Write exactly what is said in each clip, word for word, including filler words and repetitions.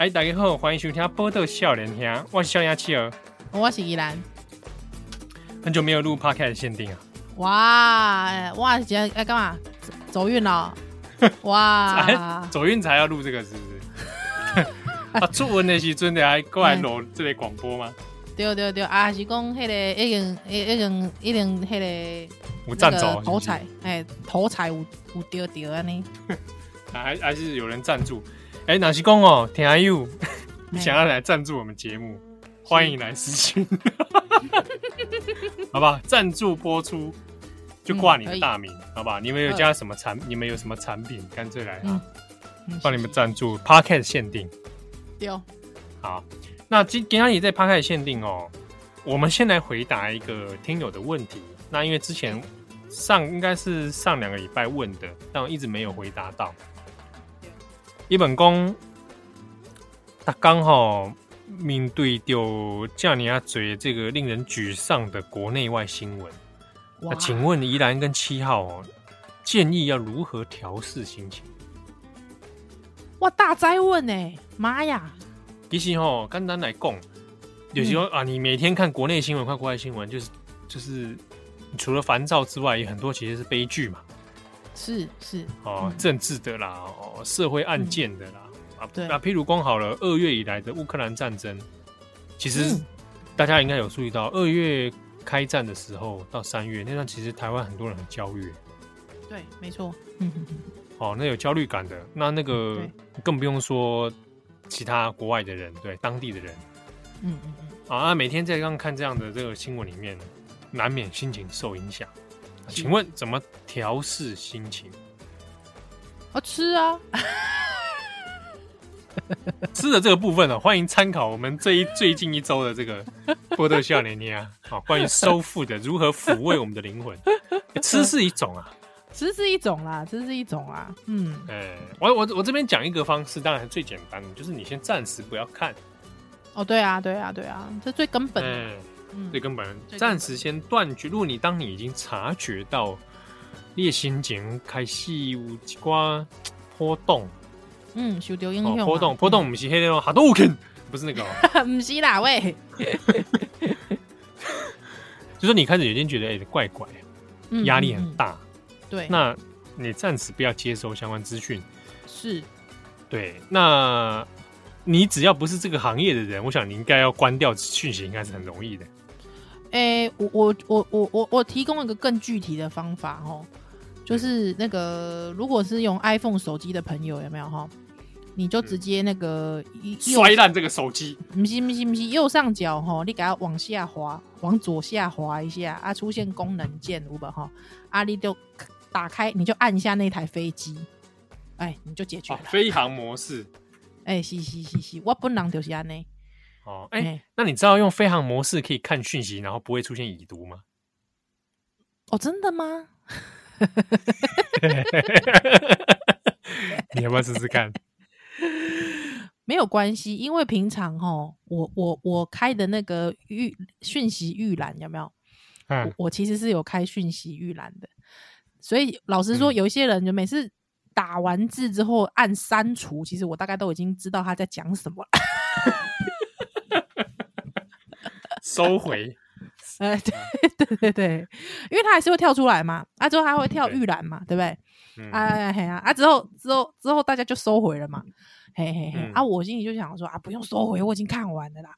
哎，大家好，欢迎收听《报道少年兄》，我是少年七儿， 我是依兰。 很久没有录 Podcast 限定啊！ 哇哇，今天要干嘛？走运了！哇， 走运才要录这个是不是？啊，出文的时阵还过来录这个广播吗？ 对对对，啊是讲迄个已经已经已经迄个有赞助头彩，哎，头彩有有丢丢安尼， 还还是有人赞助。哎，哪是讲哦，听友想要来赞助我们节目，欢迎来私信，好吧？赞助播出就挂你的大名，嗯、好吧？你们有加什么产？你们有什么产品？干脆来啊，帮、嗯、你们赞助 Podcast 限定。 对， 好，那今今天也在 Podcast 限定哦。我们先来回答一个听友的问题。那因为之前上应该是上两个礼拜问的，但我一直没有回答到。一本公，他刚好面对就这样啊嘴这个令人沮丧的国内外新闻。那请问宜兰跟七号哦，建议要如何调适心情？ 哇，大哉问哎，妈呀！ 其实哦，简单来讲，有时候、嗯、啊，你每天看国内新闻、看国外新闻，就是就是除了烦躁之外，也很多其实是悲剧嘛。是是哦、嗯，政治的啦，哦，社会案件的啦，嗯、啊，对啊，譬如光好了，二月以来的乌克兰战争，其实、嗯、大家应该有注意到，二月开战的时候到三月那段，其实台湾很多人很焦虑。 对，没错。嗯哼哼。 哦，那有焦虑感的，那那个更不用说其他国外的人，对当地的人。嗯嗯嗯。啊，每天在刚看这样的这个新闻里面，难免心情受影响。请问怎么调适心情？ 啊，吃啊！ 吃的这个部分呢、哦，欢迎参考我们这一最近一周的这个波特笑年年啊，好、哦，关于收腹的如何抚慰我们的灵魂。吃是一种啊， 吃是一种啦，吃是一种啦。嗯， 哎、欸，我我我这边讲一个方式，当然最简单的就是你先暂时不要看。 哦，对啊，对啊，对啊，这最根本的。欸嗯、最根本，暂时先断绝。如果你当你已经察觉到你的心情开始有一寡波动， 嗯，受到影响、哦， 波动波动，不是那种哈都肯，不是那个、哦， 不是啦喂， 就是你开始有点觉得哎、欸、怪怪，压力很大， 嗯嗯嗯对， 那你暂时不要接收相关资讯， 是， 对，那你只要不是这个行业的人，我想你应该要关掉讯息，应该是很容易的。 哎、欸，我我我我我我提供一个更具体的方法哦，就是那个如果是用 iPhone 手机的朋友有没有哈？你就直接那个、 嗯、摔烂这个手机， 不是不是不是，右上角哈，你给它往下滑，往左下滑一下啊，出现功能键有没有哈？啊，你就打开，你就按一下那台飞机，哎，你就解决了、哦、 飞行模式。 哎、欸，是是是是，我本人就是安尼。 哦，哎、欸欸，那你知道用飞行模式可以看讯息，然后不会出现已读吗？ 哦，真的吗？ 你要不要试试看？ 没有关系，因为平常齁，我我我开的那个预讯息预览有没有？嗯我，我其实是有开讯息预览的，所以老实说，有一些人就每次打完字之后按删除，其实我大概都已经知道他在讲什么了。 收回， 呃，对对对对，因为他还是会跳出来嘛，啊，之后他会跳预览嘛，对不对？嗯、啊嘿啊，啊之后之后之后大家就收回了嘛，嘿嘿嘿，嗯、啊，我心里就想说啊，不用收回，我已经看完了啦。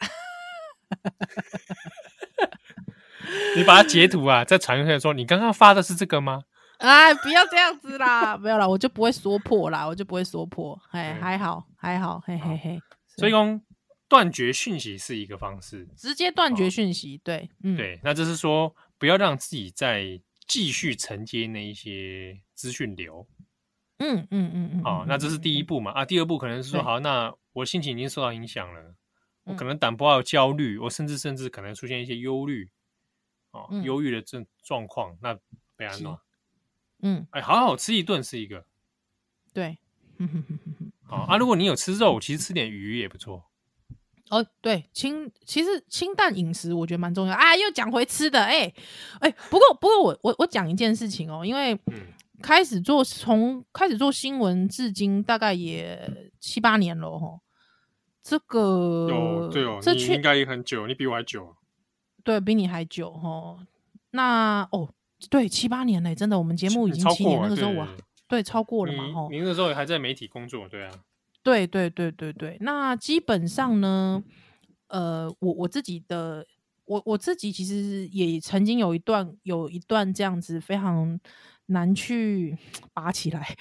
你把它截图啊，再传出来说，你刚刚发的是这个吗？ 哎，不要这样子啦，没有啦，我就不会说破啦，我就不会说破，哎、嗯，还好还好，嘿嘿嘿， 所以讲。断绝讯息是一个方式， 直接断绝讯息、哦，对，嗯， 对，那就是说不要让自己再继续承接那一些资讯流， 嗯嗯嗯嗯， 好、哦，那这是第一步嘛，啊，第二步可能是说，好，那我心情已经受到影响了，我可能胆不好焦虑，我甚至甚至可能出现一些忧虑，哦，忧郁、嗯、的这状况，那被安诺，嗯，哎，好好吃一顿是一个， 对， 好啊，如果你有吃肉，其实吃点鱼也不错。 哦，对，清其实清淡饮食我觉得蛮重要啊。又讲回吃的，哎、欸、哎、欸，不过不过我我我讲一件事情哦，因为开始做从开始做新闻至今大概也七八年了吼。 这个有对哦，你应该也很久，你比我还久。 对，比你还久哦。那哦，对，七八年嘞，真的，我们节目已经七年，那个时候我 对, 对超过了嘛， 吼。你那时候还在媒体工作，对啊。 对对对对对，那基本上呢，呃，我我自己的，我我自己其实也曾经有一段有一段这样子非常难去拔起来，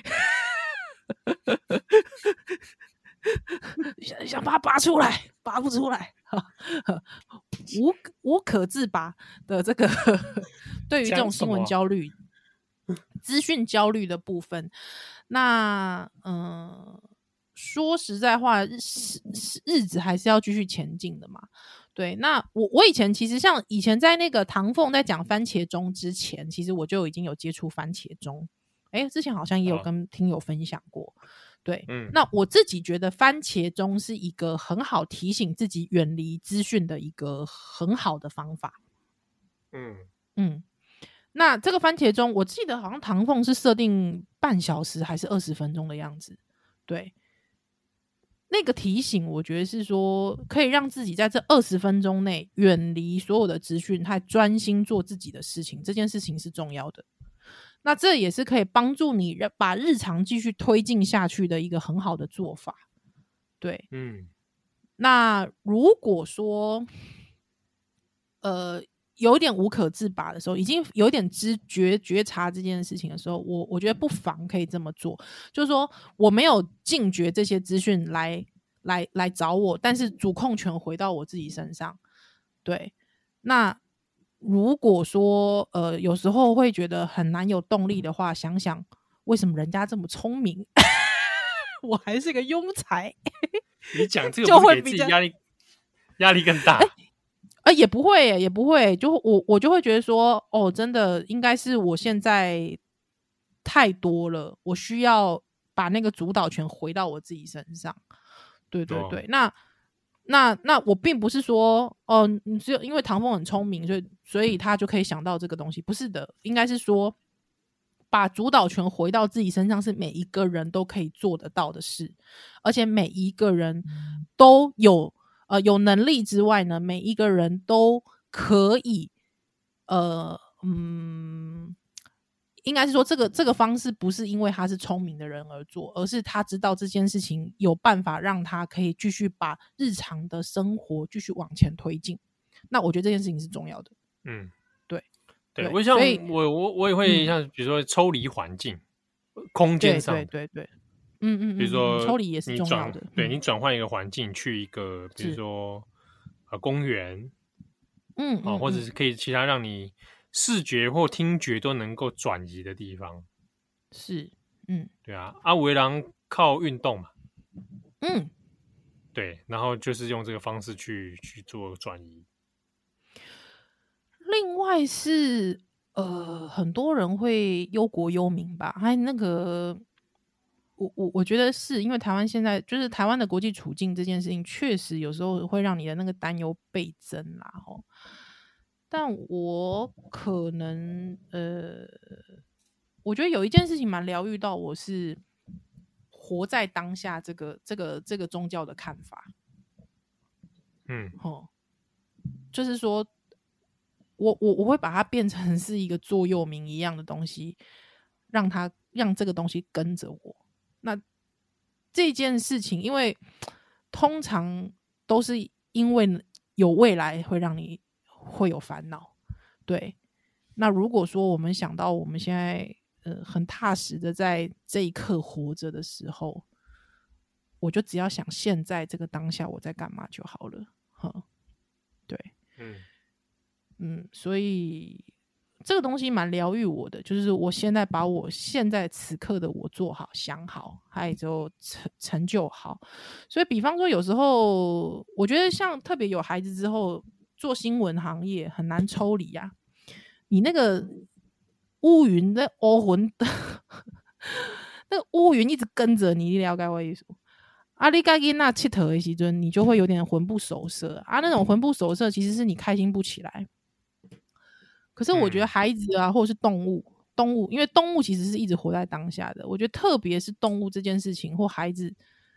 想想把它拔出来，拔不出来，无无可自拔的这个对于这种新闻焦虑、资讯焦虑的部分，那嗯。呃说实在话，日日子还是要继续前进的嘛。对，那我我以前其实像以前在那个唐凤在讲番茄钟之前，其实我就已经有接触番茄钟。哎，之前好像也有跟听友分享过。对，嗯，那我自己觉得番茄钟是一个很好提醒自己远离资讯的一个很好的方法。嗯嗯，那这个番茄钟，我记得好像唐凤是设定半小时还是二十分钟的样子。对。那个提醒我觉得是说可以让自己在这二十分钟内远离所有的资讯，还专心做自己的事情，这件事情是重要的。那这也是可以帮助你把日常继续推进下去的一个很好的做法。对，嗯，那如果说呃有点无可自拔的时候，已经有点知觉觉察这件事情的时候，我我觉得不妨可以这么做，就是说我没有禁绝这些资讯来来来找我，但是主控权回到我自己身上。对，那如果说呃有时候会觉得很难有动力的话，想想为什么人家这么聪明，我还是个庸才。 你讲这个不是给自己压力压力更大。欸呃，也不会耶，也不会，就我我就会觉得说，哦，真的应该是我现在太多了，我需要把那个主导权回到我自己身上。对对对，哦、那那那我并不是说，哦，你只有因为唐凤很聪明，所以所以他就可以想到这个东西，不是的，应该是说把主导权回到自己身上，是每一个人都可以做得到的事，而且每一个人都有。呃，有能力之外呢，每一个人都可以，呃，嗯，应该是说这个这个方式不是因为他是聪明的人而做，而是他知道这件事情有办法让他可以继续把日常的生活继续往前推进。那我觉得这件事情是重要的。嗯，对， 对，我像我我我也会像比如说抽离环境、嗯、空间上， 对对对对。嗯嗯嗯， 比如说抽离也是重要的。 对、嗯、你转换一个环境，去一个比如说呃公园，嗯，哦，或者是可以其他让你视觉或听觉都能够转移的地方。 是，嗯， 对啊，阿维郎靠运动嘛， 嗯， 对，然后就是用这个方式去去做转移。 另外是呃，很多人会忧国忧民吧，还那个。我我我觉得是因为台湾现在就是台湾的国际处境这件事情，确实有时候会让你的那个担忧倍增啦齁。但我可能呃，我觉得有一件事情蛮疗愈到我，是活在当下这个这个这个宗教的看法。嗯，齁，就是说我我我会把它变成是一个座右铭一样的东西，让它让这个东西跟着我。那这件事情，因为通常都是因为有未来会让你会有烦恼，对。那如果说我们想到我们现在呃很踏实的在这一刻活着的时候，我就只要想现在这个当下我在干嘛就好了，呵，对，嗯嗯，所以。这个东西蛮疗愈我的，就是我现在把我现在此刻的我做好、想好，还有就成成就好。所以，比方说，有时候我觉得，像特别有孩子之后做新闻行业很难抽离啊。你那个乌云的乌魂的，那个乌云一直跟着你，你了解我意思？啊，你该给那气头的时阵，你就会有点魂不守舍啊。那种魂不守舍，其实是你开心不起来。可是我觉得孩子啊，或者是动物，动物，因为动物其实是一直活在当下的。我觉得特别是动物这件事情，或孩子，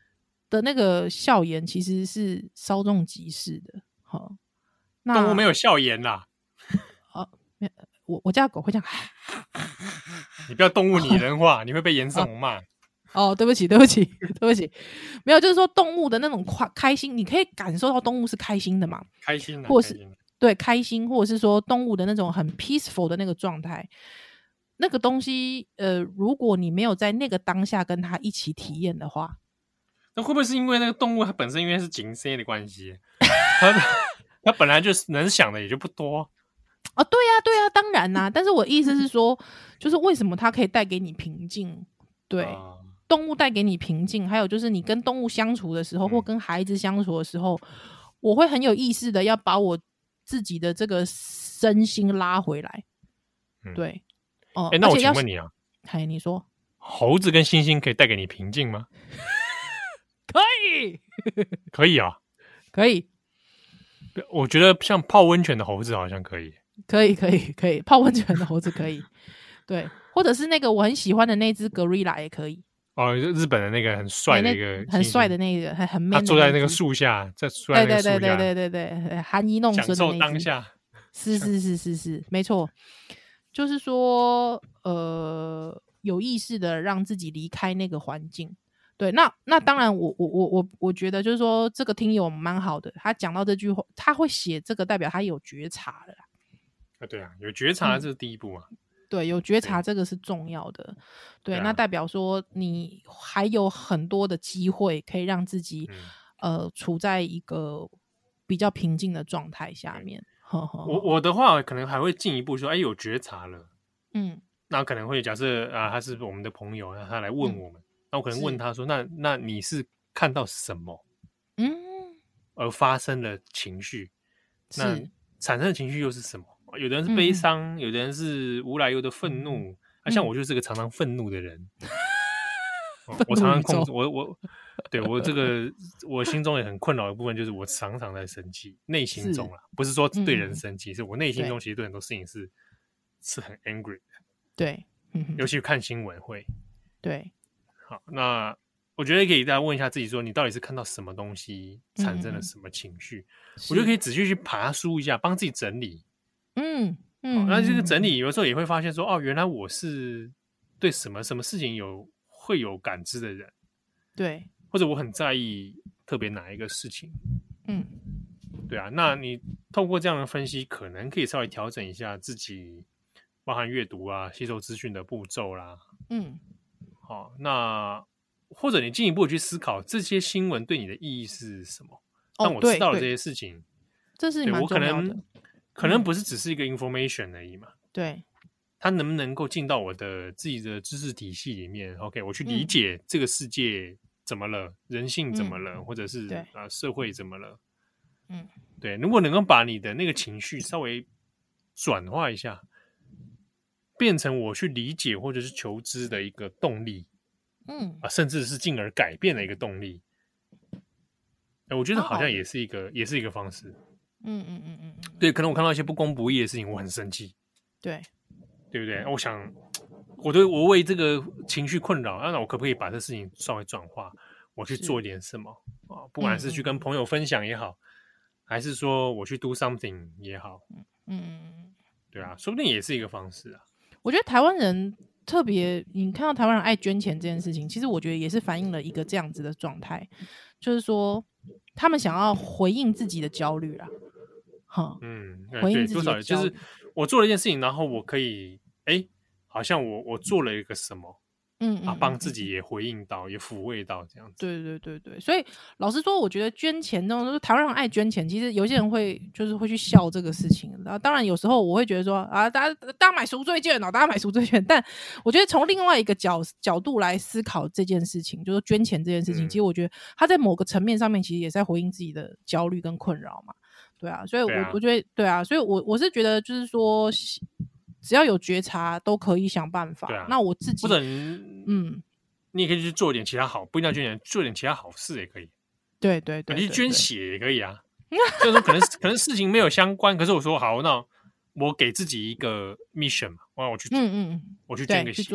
的那个笑颜其实是稍纵即逝的。好，那动物没有笑颜啦。 啊，我我家狗会这样。 你不要动物拟人化，你会被严胜骂。 哦，对不起，对不起，对不起，没有，就是说动物的那种快开心，你可以感受到动物是开心的嘛？ 开心的， 或是对开心，或者是说动物的那种很 peaceful 的那个状态，那个东西，呃，如果你没有在那个当下跟它一起体验的话， 那会不会是因为那个动物它本身因为是景色的关系，它它本来就是能想的也就不多。 哦，对呀、啊，对呀、啊，当然啦、啊。但是我意思是说，就是为什么它可以带给你平静？对。啊，动物带给你平静，还有就是你跟动物相处的时候，嗯、或跟孩子相处的时候，我会很有意识的要把我自己的这个身心拉回来。嗯、对，哦、呃， 那我请问你啊， 嘿，你说， 猴子跟猩猩可以带给你平静吗？ 可以， 可以啊， 可以。 我觉得像泡温泉的猴子好像可以， 可以，可以，可以，泡温泉的猴子可以，对，或者是那个我很喜欢的那只 gorilla 也可以。 哦，日本的那个很帅的一个， 很帅的那个，很很 man 他坐在那个树下，在坐在那个树下， 对对对对对对对，含饴弄孙的那享受当下， 是是是是是，没错，就是说，呃，有意识的让自己离开那个环境。对，那那当然我，我我我我觉得就是说，这个听友蛮好的，他讲到这句话，他会写这个，代表他有觉察了啦。 啊，对啊，有觉察这是第一步啊。嗯， 对，有觉察这个是重要的。 对, 对，那代表说你还有很多的机会可以让自己、嗯、呃处在一个比较平静的状态下面。呵呵呵我我的话可能还会进一步说，哎，有觉察了， 嗯， 那可能会假设啊，他是我们的朋友，他来问我们，嗯、那我可能问他说，那那你是看到什么，嗯，而发生了情绪，那产生的情绪又是什么？有的人是悲伤、嗯、有的人是无来由的愤怒、嗯啊、像我就是个常常愤怒的人、嗯哦、我常常控制我我对我这个我心中也很困扰的部分就是我常常在生气，内心中啦，不是说对人生气、嗯、是我内心中其实对很多事情是是很 angry 的。 对、嗯、 尤其看新闻会。 对， 好，那我觉得可以大家问一下自己说，你到底是看到什么东西产生了什么情绪、嗯、我觉得可以仔细去爬梳一下，帮自己整理。嗯嗯，那这个整理有的时候也会发现说，哦，原来我是对什么什么事情有会有感知的人， 对， 或者我很在意特别哪一个事情，嗯，对啊，那你透过这样的分析，可能可以稍微调整一下自己，包含阅读啊、吸收资讯的步骤啦，嗯，好，那或者你进一步去思考这些新闻对你的意义是什么？当我知道了这些事情， 这是蛮重要的。 可能不是只是一个 information 而已嘛， 对， 它能不能够进到我的自己的知识体系里面 OK 我去理解这个世界怎么了、嗯、人性怎么了、嗯、或者是、呃、社会怎么了，嗯，对，如果能够把你的那个情绪稍微转化一下，变成我去理解或者是求知的一个动力，嗯、啊、甚至是进而改变的一个动力，我觉得好像也是一个、哦、也是一个方式。嗯嗯嗯嗯，对，可能我看到一些不公不义的事情，我很生气， 对， 对不对？我想，我对我为这个情绪困扰，那我可不可以把这事情稍微转化？我去做一点什么啊？不管是去跟朋友分享也好，嗯、还是说我去 do something 也好，嗯嗯，对啊，说不定也是一个方式啊。 我觉得台湾人特别，你看到台湾人爱捐钱这件事情，其实我觉得也是反映了一个这样子的状态，就是说他们想要回应自己的焦虑啦。 嗯，回应自己多少就是我做了一件事情，然后我可以，哎，好像我我做了一个什么，嗯啊，帮自己也回应到，也抚慰到这样子。 对对对对，所以老实说，我觉得捐钱那种，台湾人爱捐钱，其实有些人会就是会去笑这个事情。然后当然有时候我会觉得说啊，大家大家买赎罪券哦，大家买赎罪券。但我觉得从另外一个角角度来思考这件事情，就是捐钱这件事情，嗯、其实我觉得他在某个层面上面，其实也在回应自己的焦虑跟困扰嘛。对啊，所以我，我、啊、我觉得，对啊，所以我我是觉得，就是说，只要有觉察，都可以想办法。啊、那我自己， 或者嗯，你也可以去做点其他好，不一定要捐钱，做点其他好事也可以。 对对 对, 對， 你去捐血也可以啊。就是说，可能可能事情没有相关，可是我说好，那我给自己一个 mission 嘛，我去，嗯嗯，我去捐个血， 去做，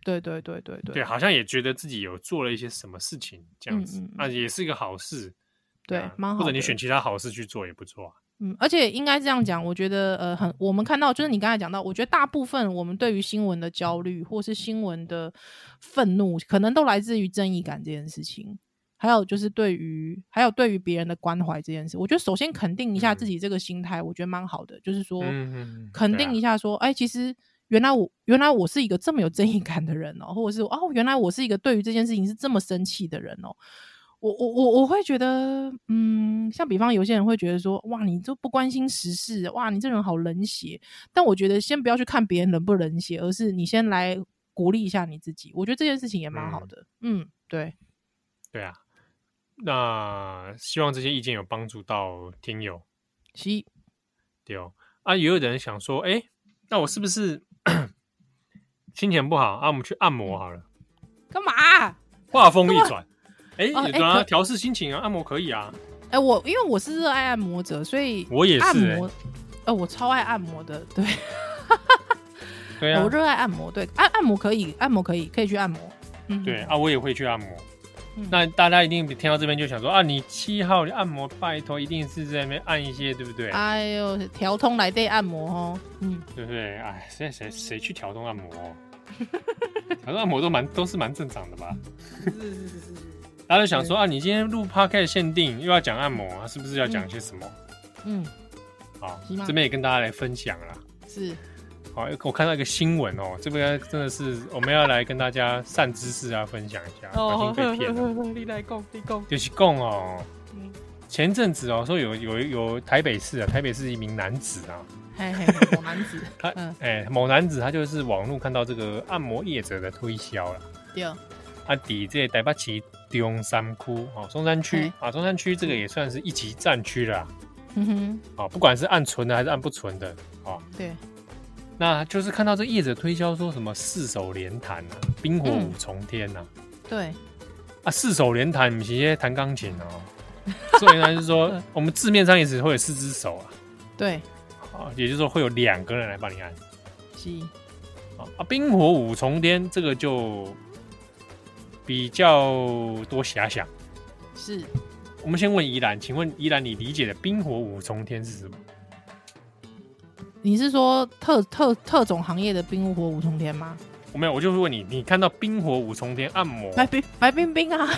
对对对对对， 对，好像也觉得自己有做了一些什么事情这样子， 嗯嗯啊，也是一个好事。 对，蛮好的。 或者你选其他好事去做也不错啊。 嗯，而且应该这样讲，我觉得呃，很我们看到就是你刚才讲到，我觉得大部分我们对于新闻的焦虑或是新闻的愤怒，可能都来自于正义感这件事情，还有就是对于还有对于别人的关怀这件事。我觉得首先肯定一下自己这个心态，嗯、我觉得蛮好的，就是说、嗯、肯定一下说，哎、啊欸，其实原来我原来我是一个这么有正义感的人哦，或者是哦，原来我是一个对于这件事情是这么生气的人哦。我我我我会觉得，嗯，像比方有些人会觉得说，哇，你就不关心时事，哇，你这人好冷血。但我觉得先不要去看别人冷不冷血，而是你先来鼓励一下你自己。我觉得这件事情也蛮好的。嗯，嗯对， 对啊。那希望这些意见有帮助到听友。 是， 对哦。啊，也有人想说，哎，那我是不是心情不好啊？我们去按摩好了。 干嘛？ 话锋一转。哎、欸，有啊，调试心情啊，按摩可以啊。 哎、欸，我因为我是热爱按摩者，所以我也是、欸。 按摩，呃，我超爱按摩的，对。 对啊， 我热爱按摩，对，按按摩可以，按摩可以，可以去按摩。 嗯，对啊，我也会去按摩。嗯、那大家一定听到这边就想说啊，你七号按摩，拜托，一定是在那边按一些，对不对？ 哎呦，调通来对按摩哦，嗯， 对不对？哎，现在谁谁去调通按摩？调通按摩都蛮都是蛮正常的吧？ 是是是是是。 他就想说啊，你今天录 podcast 限定又要讲按摩，是不是要讲些什么？嗯，好，这边也跟大家来分享啦。 是， 好，我看到一个新闻哦，这边真的是我们要来跟大家散知識啊，分享一下，小心被骗了。 你来讲，你讲， 就是讲哦，嗯、前阵子哦，说有有有台北市啊，台北市一名男子啊， 嘿嘿，某男子， 他哎、欸，某男子他就是网络看到这个按摩业者的推销了， 对， 啊，底这台北市中山区哦，中山区啊，中山区这个也算是一级战区了，嗯哼，啊，不管是按纯的还是按不纯的，啊， 对， 那就是看到这业者推销说什么四手连弹啊，冰火五重天呐、啊嗯，对， 啊，四手连弹不是弹钢琴哦，所以呢就是说我们字面上也只会有四只手啊， 对， 啊，也就是说会有两个人来帮你按， 是， 啊，冰火五重天这个就比较多遐想， 是。 我们先问宜兰，请问宜兰你理解的冰火五重天是什么？ 你是说特特特种行业的冰火五重天吗？ 我没有，我就会问你，你看到冰火五重天按摩， 白冰白冰冰啊，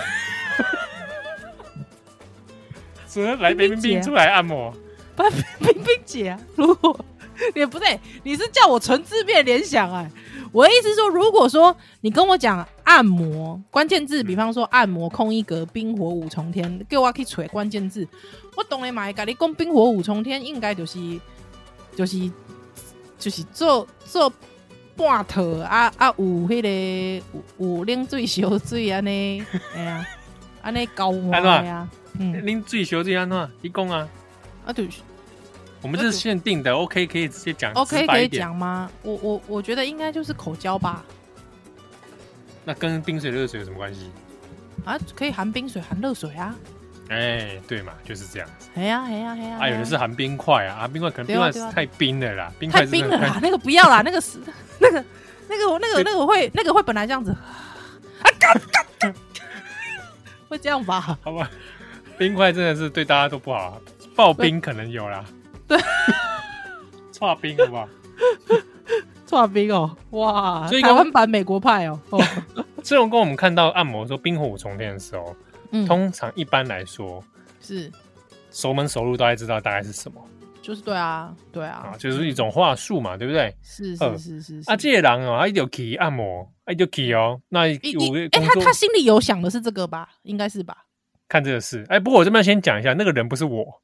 只能来白冰冰出来按摩， 白冰冰姐啊，如果也不对，你是叫我纯字面联想哎、欸。我的意思是说，如果说你跟我讲按摩关键字，比方说按摩、空一格、冰火五重天，给我去找关键字，我当然嘛会跟你讲冰火五重天，应该就是就是就是做做半套啊啊，有迄、那个有有冷水、烧水安尼，哎呀，安尼交换呀， 嗯，冷水、烧水安怎？你讲啊？ 啊，就是。 我们这是限定的 ，OK， 可以直接讲 ，OK 可以讲吗？我我我觉得应该就是口交吧。 那跟冰水、热水有什么关系？ 啊，可以含冰水、含热水啊。 哎、欸，对嘛，就是这样子。 哎呀，哎呀，哎呀。 啊，有的是含冰块啊，啊，冰块可能冰块是太冰了啦，冰太冰了啦，那个不要啦，那个是那个那个那个那个会那个会本来这样子，啊，干干会这样吧？ 好吧，冰块真的是对大家都不好，爆冰可能有啦。对，剉冰好不好？ 剉冰哦，哇！所以台湾版美国派哦。哦所以跟我们看到按摩说冰火五重天的时候，嗯、通常一般来说是熟门熟路，大概知道大概是什么。 就是对啊，对啊， 啊就是一种话术嘛，对不对？ 是是是是是。 啊，这个人哦，他一定去按摩，他一定去哦。那有个哎，他他心里有想的是这个吧？应该是吧？ 看这个事，哎，不过我这边先讲一下，那个人不是我。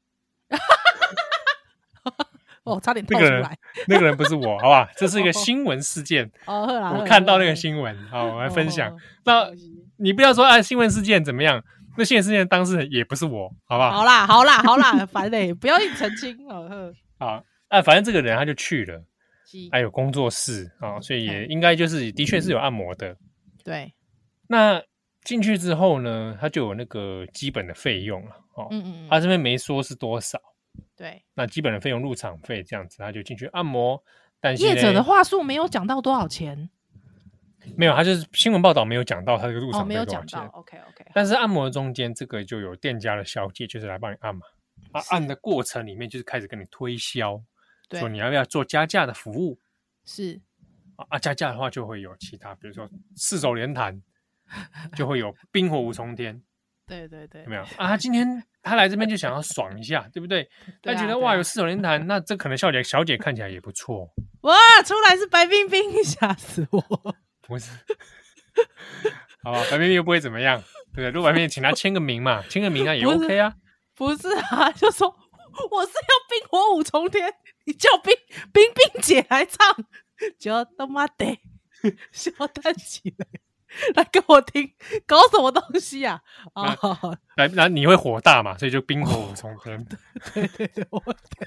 哦，差点跳出来。 那个人不是我，好吧？这是一个新闻事件。 哦， 我看到那个新闻，好，我来分享。那你不要说啊，新闻事件怎么样？那新闻事件当事人也不是我，好不好？ 好啦，好啦，好啦，烦嘞，不要一直澄清。 好，啊，反正这个人他就去了，还有工作室啊，所以也应该就是的确是有按摩的。 对。 那进去之后呢，他就有那个基本的费用了。哦，嗯嗯，他这边没说是多少。 对， 那基本的费用入场费这样子，他就进去按摩。但是业者的话术没有讲到多少钱， 没有，他就是新闻报道没有讲到他这个入场哦，没有费多少钱。 讲到 ，OK OK。 但是按摩的中间，这个就有店家的小姐就是来帮你按嘛。啊，按的过程里面就是开始跟你推销，说你要不要做加价的服务。 是啊，加价的话就会有其他，比如说四手连弹，就会有冰火五重天。 对对对， 有没有啊？他今天他来这边就想要爽一下，对不对？他觉得、啊、哇，有四手连弹，那这可能小姐小姐看起来也不错。 哇，出来是白冰冰，吓死我！ 不是，好吧，白冰冰又不会怎么样，对不对？如果白冰冰请他签个名嘛，签个名啊也 OK 啊。 不是啊，就说我是要冰火五重天，你叫冰冰冰姐来唱，就他妈的笑淡起来。来跟我听，搞什么东西啊？啊， 来，那你会火大嘛？所以就冰火五重天。 对对对，我对，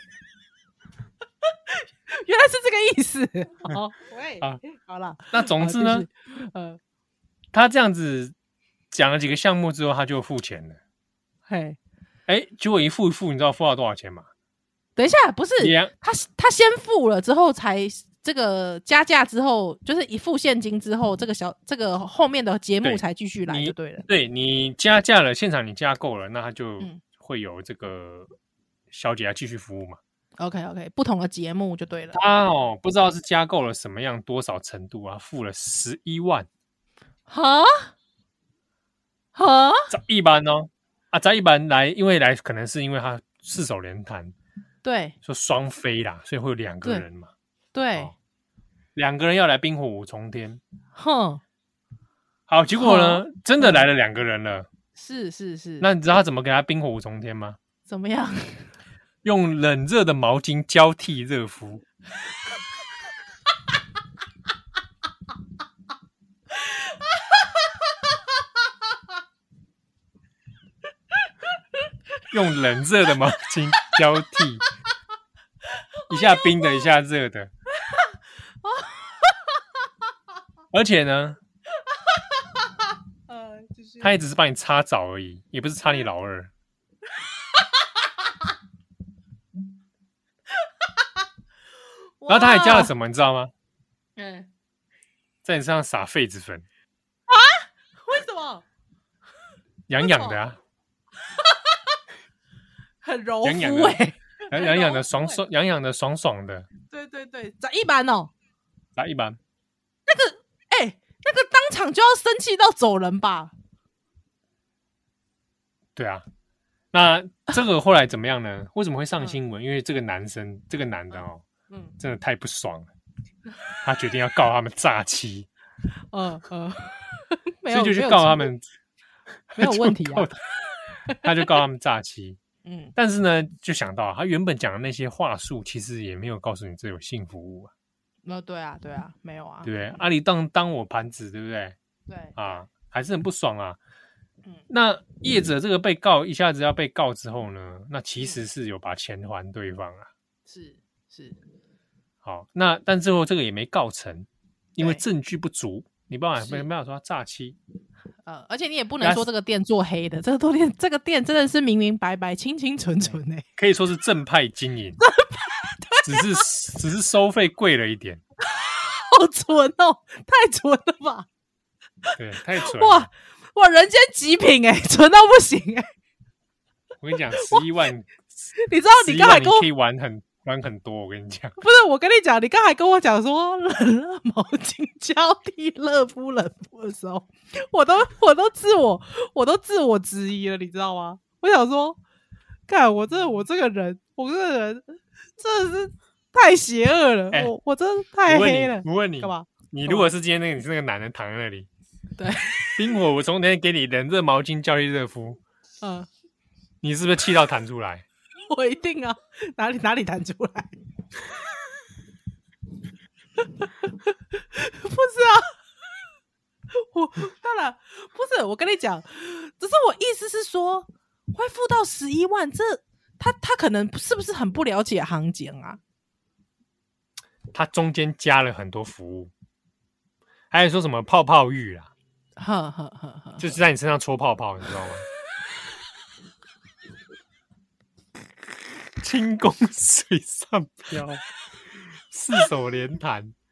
原来是这个意思。好，喂，啊，好了， 那总之呢，呃，他这样子讲了几个项目之后，他就付钱了。嘿，哎，结果一付一付，你知道付到多少钱吗？ 等一下，不是他，他先付了之后才。这个加价之后，就是一付现金之后，这个小这个后面的节目才继续来就对了。 对，你加价了，现场你加够了，那他就会有这个小姐来继续服务嘛。 OK OK， 不同的节目就对了。 他哦，不知道是加够了什么样多少程度啊，付了十一万。 哈哈， 找一般哦啊，找一般来，因为来可能是因为他四手连弹， 对， 说双飞啦，所以会有两个人嘛。 对， 哦、两个人要来冰火五重天， 哼， 好，结果呢，真的来了两个人了， 是是是， 那你知道他怎么给他冰火五重天吗？ 怎么样？ 用冷热的毛巾交替热敷，用冷热的毛巾交替，一下冰的，一下热的。而且呢，呃，就是、他也只是帮你擦澡而已，也不是擦你老二。然后他还加了什么，你知道吗？嗯，在你身上撒痱子粉啊？为什么？ 痒痒的啊， 很柔肤哎， 痒痒的，爽爽，痒痒的，爽爽的。 对对对，咋一般哦？ 咋一般？ 那个。哎、欸，那个当场就要生气到走人吧？ 对啊，那这个后来怎么样呢？为什么会上新闻？嗯、因为这个男生，这个男的哦，嗯，真的太不爽了，他决定要告他们诈欺。嗯嗯，所以就去告他们， 没有问题啊。 他就告他们诈欺。嗯，但是呢，就想到他原本讲的那些话术，其实也没有告诉你这有性服务啊。 那、哦、对啊，对啊，没有啊， 对不对？啊，你当当我盘子，对不对？ 对啊，还是很不爽啊。嗯，那业者这个被告一下子要被告之后呢，那其实是有把钱还对方啊。 是是， 好，那但最后这个也没告成，因为证据不足，你不然没办法说他诈欺。 呃，而且你也不能说这个店做黑的，这个店这个店真的是明明白白、清清纯纯哎， 可以说是正派经营。只是只是收费贵了一点， 好蠢哦，太蠢了吧？ 对，太蠢了！ 哇哇，人间极品哎，蠢到不行哎！ 我跟你讲，十一万， 你知道你刚才跟我可以玩很玩很多。我跟你讲， 不是我跟你讲，你刚才跟我讲说冷热毛巾交替热敷冷敷的时候，我都我都自我我都自我质疑了，你知道吗？我想说，看我这我这个人，我这个人。真的是太邪恶了，欸、我我真的太黑了。 我问你， 干嘛？ 你如果是今天那个你是那个男人躺在那里， 对， 冰火五重天给你冷热毛巾交替热敷，嗯，你是不是气到弹出来？ 我一定啊，哪里哪里弹出来？不是啊，我当然不是。我跟你讲，只是我意思是说，会付到十一万，这。他他可能是不是很不了解行情啊？ 他中間加了很多服務，還有說什麼泡泡浴啊， 呵呵呵呵， 就是在你身上戳泡泡，你知道嗎？輕功水上漂，四手連彈，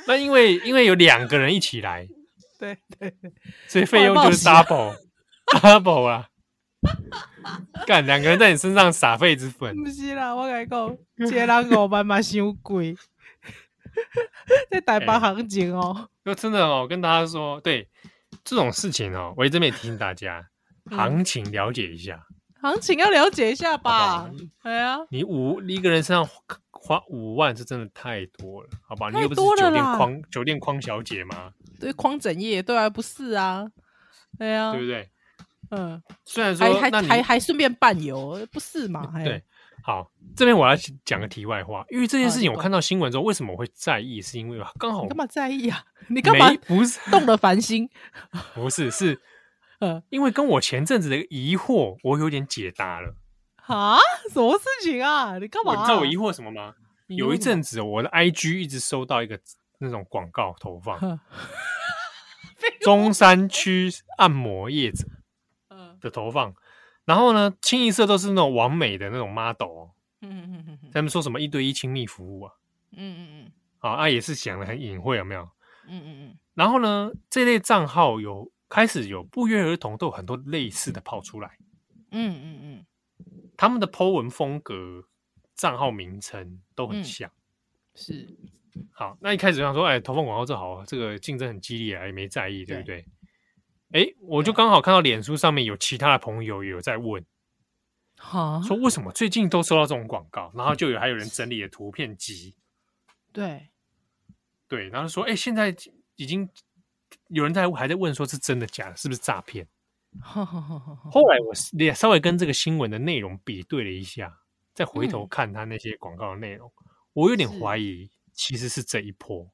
那因为因为有两个人一起来， 对对对， 所以费用就是 double double 啊。干两个人在你身上撒痱子粉， 不是啦，我跟你讲，一个人五万嘛伤贵，在台北行情哦。 就真的哦，跟大家说，对这种事情哦，我在这边也提醒大家， 嗯、 行情了解一下， 行情要了解一下吧。对啊， 你五一个人身上花五万是真的太多了，好吧？你又不是酒店框酒店框小姐吗？ 对，框整夜，对啊，不是啊，对啊， 对不对？ 嗯， 虽然说还还还还顺便伴游，不是嘛？ 对，好，这边我要讲个题外话，因为这件事情我看到新闻之后，为什么我会在意？是因为刚好你干嘛在意啊？你干嘛不是动了凡心？ 不是，是呃，因为跟我前阵子的疑惑，我有点解答了。 啊？什么事情啊？你干嘛、啊？ 你知道我疑惑什么吗？有一阵子我的 I G 一直收到一个那种广告投放，中山区按摩业者的投放，然后呢，清一色都是那种完美的那种 model 哦，嗯嗯嗯嗯，他们说什么一对一亲密服务啊，嗯嗯嗯，好啊，也是想的很隐晦，有没有？嗯嗯嗯。然后呢，这类账号有开始有不约而同都有很多类似的跑出来，嗯嗯嗯，他们的 po 文风格、账号名称都很像，嗯、是。好，那一开始就想说，哎，投放广告这好，这个竞争很激烈啊，也没在意，对不对？哎，我就刚好看到脸书上面有其他的朋友有在问，说为什么最近都收到这种广告，然后就有还有人整理了图片集，对对，然后说，哎，现在已经有人在还在问说是真的假的，是不是诈骗？后来我稍微跟这个新闻的内容比对了一下，再回头看他那些广告的内容，嗯、我有点怀疑其实是这一波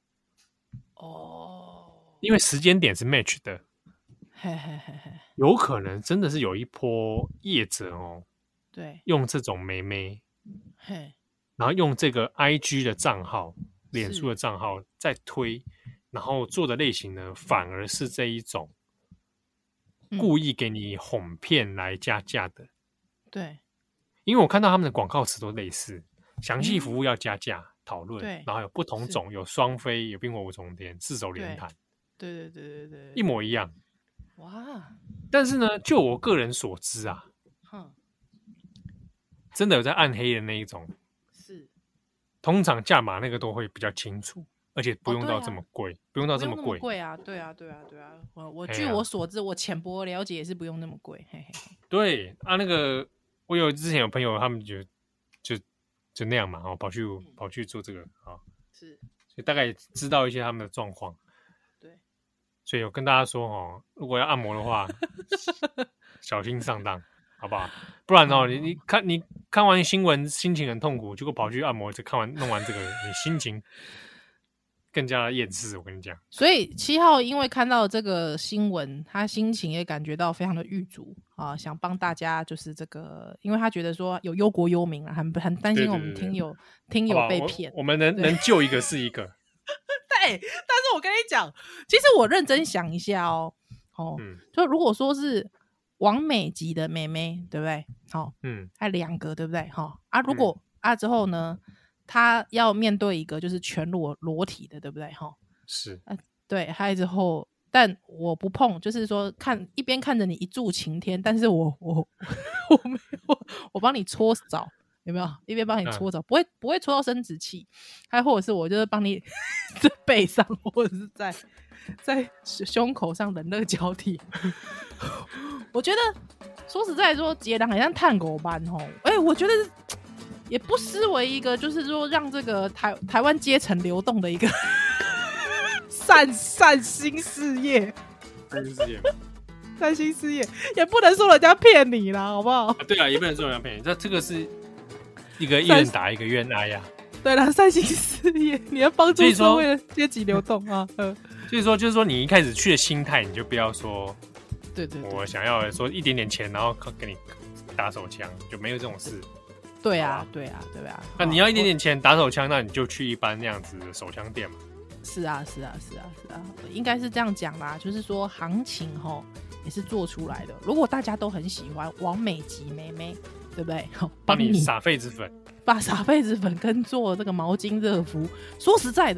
哦，因为时间点是 match 的。有可能真的是有一波业者哦，对，用这种妹妹，然后用这个 I G 的账号、脸书的账号在推，然后做的类型呢，反而是这一种故意给你哄骗来加价的。对，因为我看到他们的广告词都类似，详细服务要加价讨论，然后有不同种，有双飞，有冰火五重天，四手连弹，对对对对对，一模一样。哇！但是呢，就我个人所知啊，哼，真的有在暗黑的那一种，是通常价码那个都会比较清楚，而且不用到这么贵，哦啊、不用到这么贵，贵啊，对啊，对啊，对啊。我我据我所知，我浅薄了解也是不用那么贵，嘿嘿。对啊，那个我有之前有朋友他们就就就那样嘛，哦，跑去、嗯、跑去做这个啊，是，所以大概知道一些他们的状况。所以我跟大家说哦，如果要按摩的话，小心上当，好不好？不然哦，你你看你看完新闻，心情很痛苦，结果跑去按摩，就看完弄完这个，你心情更加厌世。我跟你讲，所以七号因为看到这个新闻，他心情也感觉到非常的郁卒啊，想帮大家就是这个，因为他觉得说有忧国忧民啊，很很担心我们听友听友被骗，我, 我们能能救一个是一个。对，但是我跟你讲，其实我认真想一下哦，哦，嗯、就如果说是完美级的妹妹，对不对？好、哦，嗯，还两个，对不对？哈、哦、啊，如果、嗯、啊之后呢，她要面对一个就是全裸裸体的，对不对？哈、哦，是，啊，对，还之后，但我不碰，就是说看一边看着你一柱擎天，但是我我我没有，我帮你搓澡。有没有一边帮你搓澡、嗯、不会不会搓到生殖器，还或者是我就是帮你在背上或者是在在胸口上冷热交替我觉得说实在说杰郎很像探狗般哦，哎、欸，我觉得也不失为一个就是说让这个台台湾阶层流动的一个善善心事业，善心事业善心事业也不能说人家骗你啦，好不好、啊、对啊，也不能说人家骗你，这这个是一个一人打一个愿挨呀，对啦，善心事业，你要帮助社会的阶级流动啊。所以说，就是说，你一开始去的心态，你就不要说，对 对, 對，我想要说一点点钱，然后给你打手枪，就没有这种事。对啊，对啊，对啊。那你要一点点钱打手枪，那你就去一般那样子的手枪店嘛。是啊，是啊，是啊，是啊，应该是这样讲啦，就是说行情齁也是做出来的。如果大家都很喜欢完美级妹妹。对不对？帮你撒痱子粉，把撒痱子粉跟做这个毛巾热敷。说实在的，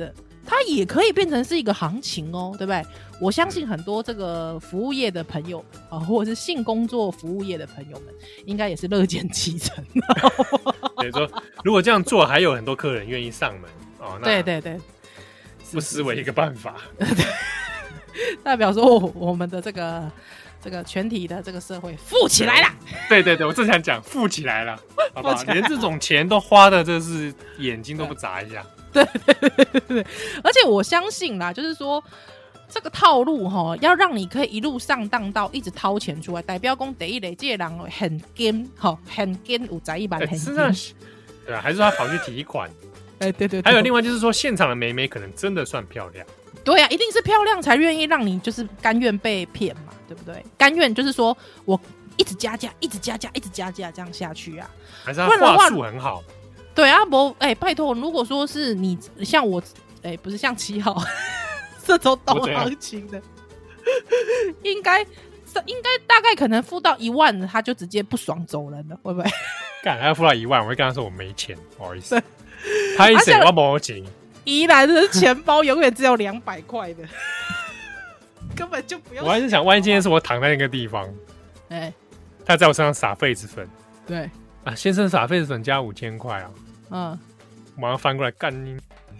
它也可以变成是一个行情哦，对不对？我相信很多这个服务业的朋友啊，或者是性工作服务业的朋友们，应该也是乐见其成。 比如说，如果这样做，还有很多客人愿意上门哦。那对对对， 不失为一个办法。 代表说我，我们的这个这个全体的这个社会富起来了。 对对对，我正想讲富起来了，好不好？连这种钱都花的，这是眼睛都不眨一下。 对对对对对，而且我相信啦，就是说这个套路哈，要让你可以一路上当到一直掏钱出来，代表讲第一类这个人很坚，哈，很坚，有在一般很坚。 对啊，还是他跑去提款？ 哎，对对。 还有另外就是说，现场的妹妹可能真的算漂亮。 对啊，一定是漂亮才愿意让你就是甘愿被骗嘛，对不对？甘愿就是说我一直加价，一直加价，一直加价这样下去啊。 还是他话术很好。 对啊，不，哎、欸，拜托，如果说是你像我，哎、欸，不是像七号这种懂行情的，应该应该大概可能付到一万，他就直接不爽走人了，会不会？ 干，还要付到一万，我会跟他说我没钱，不好意思，拍谁我没钱。 宜兰的钱包永远只有两百块的，根本就不用。 我还是想，万一今天是我躺在那个地方，哎、欸，他在我身上撒痱子粉， 对啊，先生撒痱子粉加五千块啊。 嗯， 马上翻过来干你！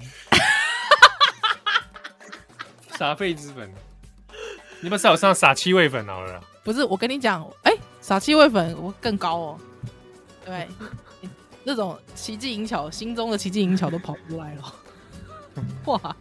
撒痱子粉，你不是我上撒七味粉好了啦？ 不是，我跟你讲，哎、欸，撒七味粉我更高哦。对，那种奇技淫巧，心中的奇技淫巧都跑出来了。哇！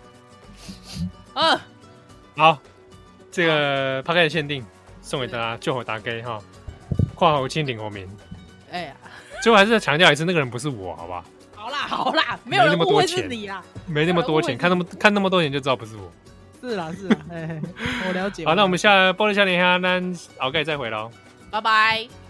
嗯， 好，这个 P A R K 的限定送给大家，救火打给哈，括号蜻蜓我名。 哎呀。 最后还是再强调一次，那个人不是我，好吧？ 好啦好啦，没有人误会是你啦， 没那么多钱，看那么看那么多钱就知道不是我。 是啦是啦，嘿嘿我了解。 好，那我们下玻璃笑脸虾，那 OK 再回喽， 拜拜。